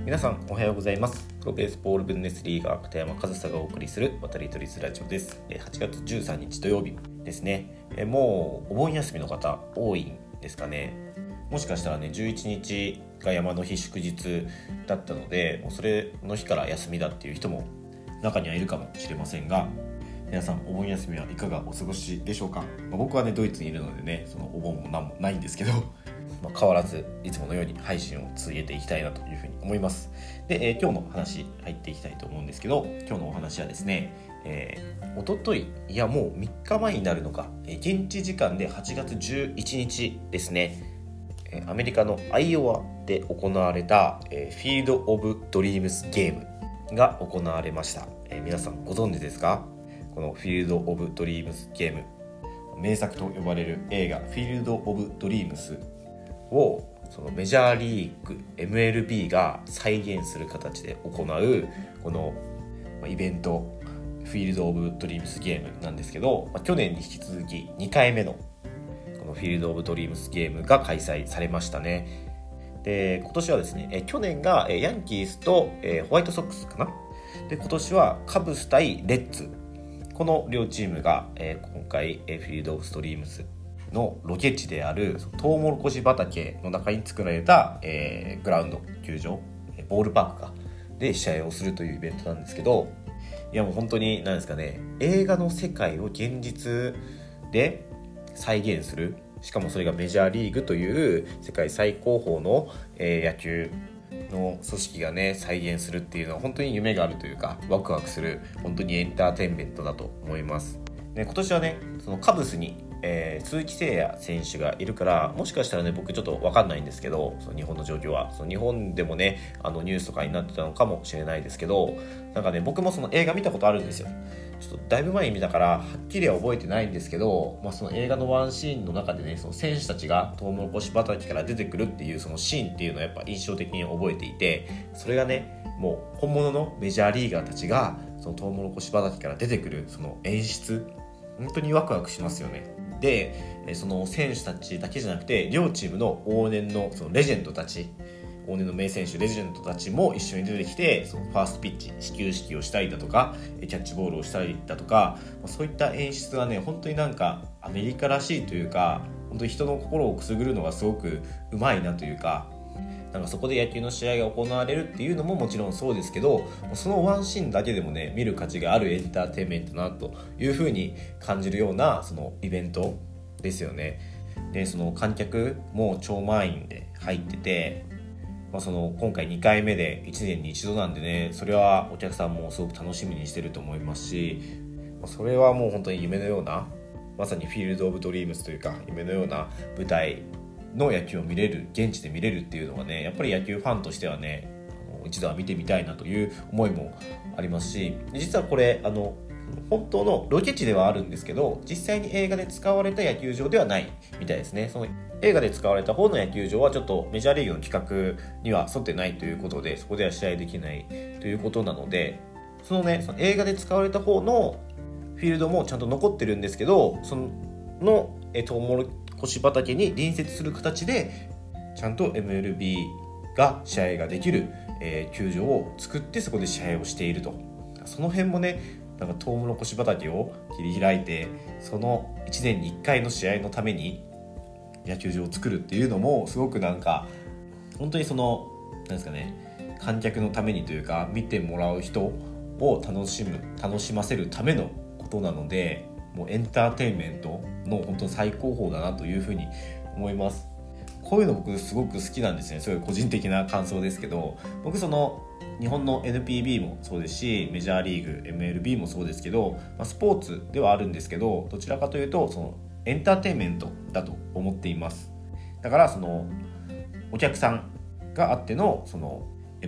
皆さんおはようございます。プロベースボールブンデスリーガー片山和沙がお送りする渡り鳥ラジオです。8月13日土曜日ですね。もうお盆休みの方多いんですかね。もしかしたらね11日が山の日祝日だったので、もうそれの日から休みだっていう人も中にはいるかもしれませんが、皆さんお盆休みはいかがお過ごしでしょうか。僕はねドイツにいるのでね、そのお盆も何もないんですけど変わらずいつものように配信を続けていきたいなというふうに思います。で、今日の話入っていきたいと思うんですけど、今日のお話はですね、一昨日いやもう3日前になるのか、現地時間で8月11日ですね、アメリカのアイオワで行われた、フィールド・オブ・ドリームスゲームが行われました。皆さんご存知ですか？このフィールド・オブ・ドリームスゲーム、名作と呼ばれる映画フィールド・オブ・ドリームスをそのメジャーリーグ MLB が再現する形で行うこのイベントフィールド・オブ・ドリームスゲームなんですけど、去年に引き続き2回目のこのフィールド・オブ・ドリームスゲームが開催されましたね。で、今年はですね、去年がヤンキースとホワイトソックスかな。で、今年はカブス対レッツ、この両チームが今回フィールド・オブ・ドリームスのロケ地であるトウモロコシ畑の中に作られた、グラウンド、球場、ボールパークかで試合をするというイベントなんですけど、いやもう本当に何ですかね、映画の世界を現実で再現する、しかもそれがメジャーリーグという世界最高峰の、野球の組織がね再現するっていうのは本当に夢があるというか、ワクワクする本当にエンターテインメントだと思います。で、今年はねそのカブスに鈴木誠也選手がいるから、もしかしたらね僕ちょっと分かんないんですけど、その日本の状況はその日本でもねニュースとかになってたのかもしれないですけど、なんかね僕もその映画見たことあるんですよ。ちょっとだいぶ前に見たからはっきりは覚えてないんですけど、その映画のワンシーンの中でね、その選手たちがトウモロコシ畑から出てくるっていうそのシーンっていうのはやっぱ印象的に覚えていて、それがねもう本物のメジャーリーガーたちがそのトウモロコシ畑から出てくるその演出、本当にワクワクしますよね。で、その選手たちだけじゃなくて両チームの往年のそのレジェンドたち、往年の名選手レジェンドたちも一緒に出てきて、そのファーストピッチ始球式をしたりだとかキャッチボールをしたりだとか、そういった演出がね本当になんかアメリカらしいというか、本当に人の心をくすぐるのがすごくうまいなというか、なんかそこで野球の試合が行われるっていうのももちろんそうですけど、そのワンシーンだけでもね見る価値があるエンターテインメントだなというふうに感じるようなそのイベントですよね。で、その観客も超満員で入ってて、その今回2回目で1年に1度なんでね、それはお客さんもすごく楽しみにしてると思いますし、それはもう本当に夢のような、まさにフィールド・オブ・ドリームスというか夢のような舞台の野球を見れる、現地で見れるっていうのがね、やっぱり野球ファンとしてはね一度は見てみたいなという思いもありますし、実はこれ本当のロケ地ではあるんですけど、実際に映画で使われた野球場ではないみたいですね。その映画で使われた方の野球場はちょっとメジャーリーグの規格には沿ってないということで、そこでは試合できないということなので、その映画で使われた方のフィールドもちゃんと残ってるんですけど、そのトウモロコシ畑に隣接する形でちゃんと MLB が試合ができる、球場を作ってそこで試合をしていると。その辺もね、なんかトウモロコシ畑を切り開いて、その1年に1回の試合のために野球場を作るっていうのもすごくなんか本当にそのなんですかね、観客のためにというか見てもらう人を楽しませるためのことなので、もうエンターテインメントの本当に最高峰だなというふうに思います。こういうの僕すごく好きなんですね。すごい個人的な感想ですけど、僕その日本の NPB もそうですし、メジャーリーグ MLB もそうですけど、スポーツではあるんですけど、どちらかというとそのエンターテインメントだと思っています。だからそのお客さんがあってのその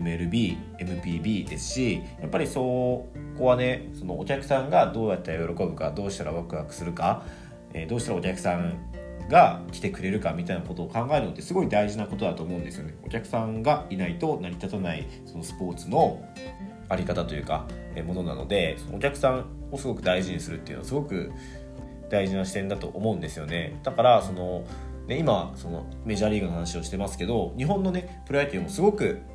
MLB、MPB ですし、やっぱりそこはね、そのお客さんがどうやったら喜ぶか、どうしたらワクワクするか、どうしたらお客さんが来てくれるかみたいなことを考えるのってすごい大事なことだと思うんですよね。お客さんがいないと成り立たないそのスポーツのあり方というかものなので、そのお客さんをすごく大事にするっていうのはすごく大事な視点だと思うんですよね。だからその今そのメジャーリーグの話をしてますけど、日本のねプロ野球もすごく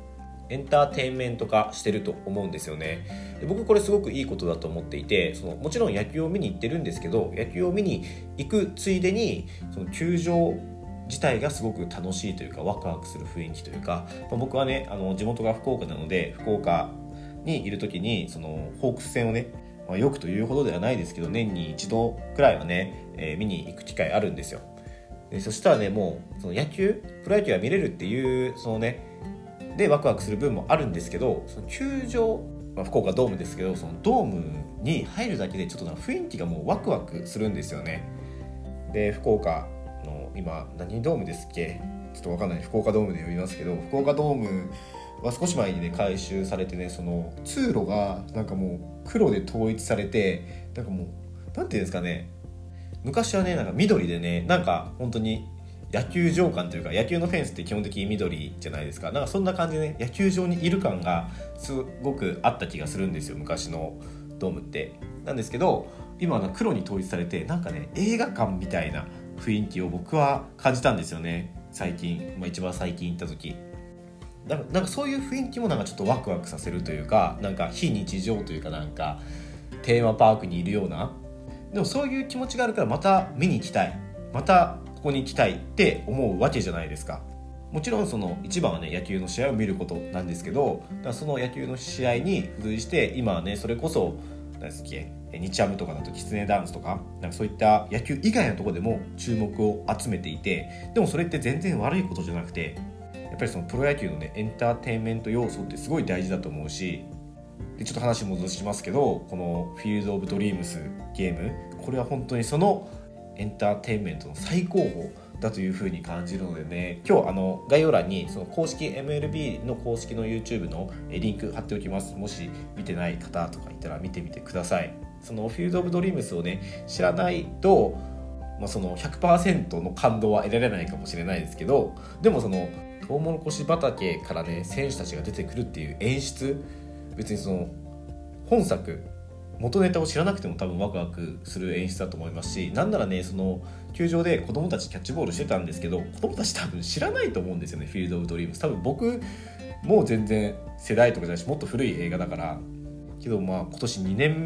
エンターテインメント化してると思うんですよね。で僕これすごくいいことだと思っていて、もちろん野球を見に行ってるんですけど、野球を見に行くついでにその球場自体がすごく楽しいというか、ワクワクする雰囲気というか、僕はね地元が福岡なので、福岡にいる時にそのホークス戦をね、よくというほどではないですけど年に一度くらいはね、見に行く機会あるんですよ。でそしたらね、もうそのプロ野球が見れるっていうでワクワクする分もあるんですけど、その球場、福岡ドームですけど、そのドームに入るだけでちょっと雰囲気がもうワクワクするんですよね。で福岡の今何ドームですっけ、ちょっと分かんない、福岡ドームで呼びますけど、福岡ドームは少し前にね改修されてね、その通路がなんかもう黒で統一されて、なんかもうなんていうんですかね、昔はねなんか緑でね、なんか本当に野球場感というか、野球のフェンスって基本的に緑じゃないですか。なんかそんな感じでね、野球場にいる感がすごくあった気がするんですよ、昔のドームって。なんですけど今は黒に統一されて、なんかね映画館みたいな雰囲気を僕は感じたんですよね、最近、一番最近行った時。なんかそういう雰囲気もなんかちょっとワクワクさせるというか、なんか非日常というか、なんかテーマパークにいるような、でもそういう気持ちがあるからまた見に行きたい、またここに行きたいって思うわけじゃないですか。もちろんその一番はね野球の試合を見ることなんですけど、だからその野球の試合に付随して今はね、それこそ何ですっけ、日ハムとかだとキツネダンスとか、なんかそういった野球以外のところでも注目を集めていて、でもそれって全然悪いことじゃなくて、やっぱりそのプロ野球のねエンターテインメント要素ってすごい大事だと思うし、でちょっと話戻しますけど、このフィールドオブドリームスゲーム、これは本当にそのエンターテインメントの最高峰だというふうに感じるのでね、今日概要欄にその公式 MLB の公式の YouTube のリンク貼っておきます。もし見てない方とかいたら見てみてください。そのフィールドオブドリームスをね知らないと、その 100% の感動は得られないかもしれないですけど、でもそのトウモロコシ畑からね選手たちが出てくるっていう演出、別にその本作元ネタを知らなくても多分ワクワクする演出だと思いますし、なんならねその球場で子供たちキャッチボールしてたんですけど、子供たち多分知らないと思うんですよね、フィールドオブドリームス。多分僕もう全然世代とかじゃないし、もっと古い映画だからけど、今年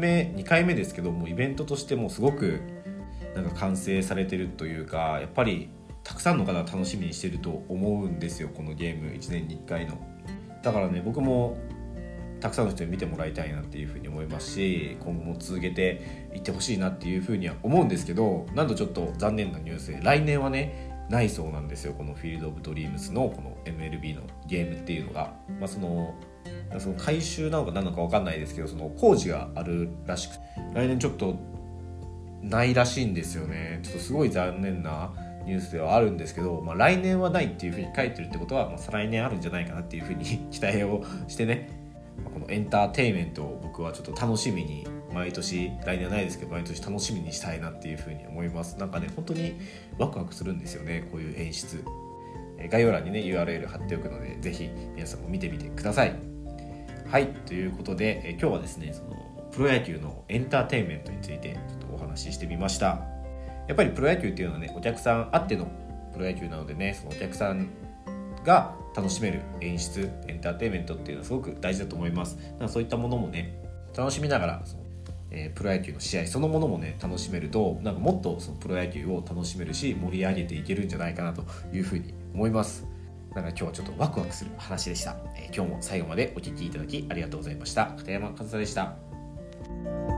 2回目ですけど、もうイベントとしてもすごくなんか完成されてるというか、やっぱりたくさんの方が楽しみにしてると思うんですよ、このゲーム1年に1回の。だからね僕もたくさんの人に見てもらいたいなっていうふうに思いますし、今後も続けていってほしいなっていうふうには思うんですけど、なんとちょっと残念なニュースで来年はねないそうなんですよ、このフィールドオブドリームスのこの MLB のゲームっていうのが。その改修なのか何なのか分かんないですけど、その工事があるらしく、来年ちょっとないらしいんですよね。ちょっとすごい残念なニュースではあるんですけど、来年はないっていうふうに書いてるってことは、再来年あるんじゃないかなっていうふうに期待をしてね、このエンターテインメントを僕はちょっと楽しみに毎年、来年はないですけど毎年楽しみにしたいなっていうふうに思います。なんかね本当にワクワクするんですよね、こういう演出。概要欄にね URL 貼っておくので、ぜひ皆さんも見てみてください。はい、ということで、今日はですねそのプロ野球のエンターテインメントについてちょっとお話ししてみました。やっぱりプロ野球っていうのはねお客さんあってのプロ野球なのでね、そのお客さんが楽しめる演出、エンターテインメントっていうのはすごく大事だと思います。だからそういったものもね楽しみながらプロ野球の試合そのものもね楽しめると、なんかもっとそのプロ野球を楽しめるし盛り上げていけるんじゃないかなというふうに思います。なんか今日はちょっとワクワクする話でした。今日も最後までお聞きいただきありがとうございました。片山和沙でした。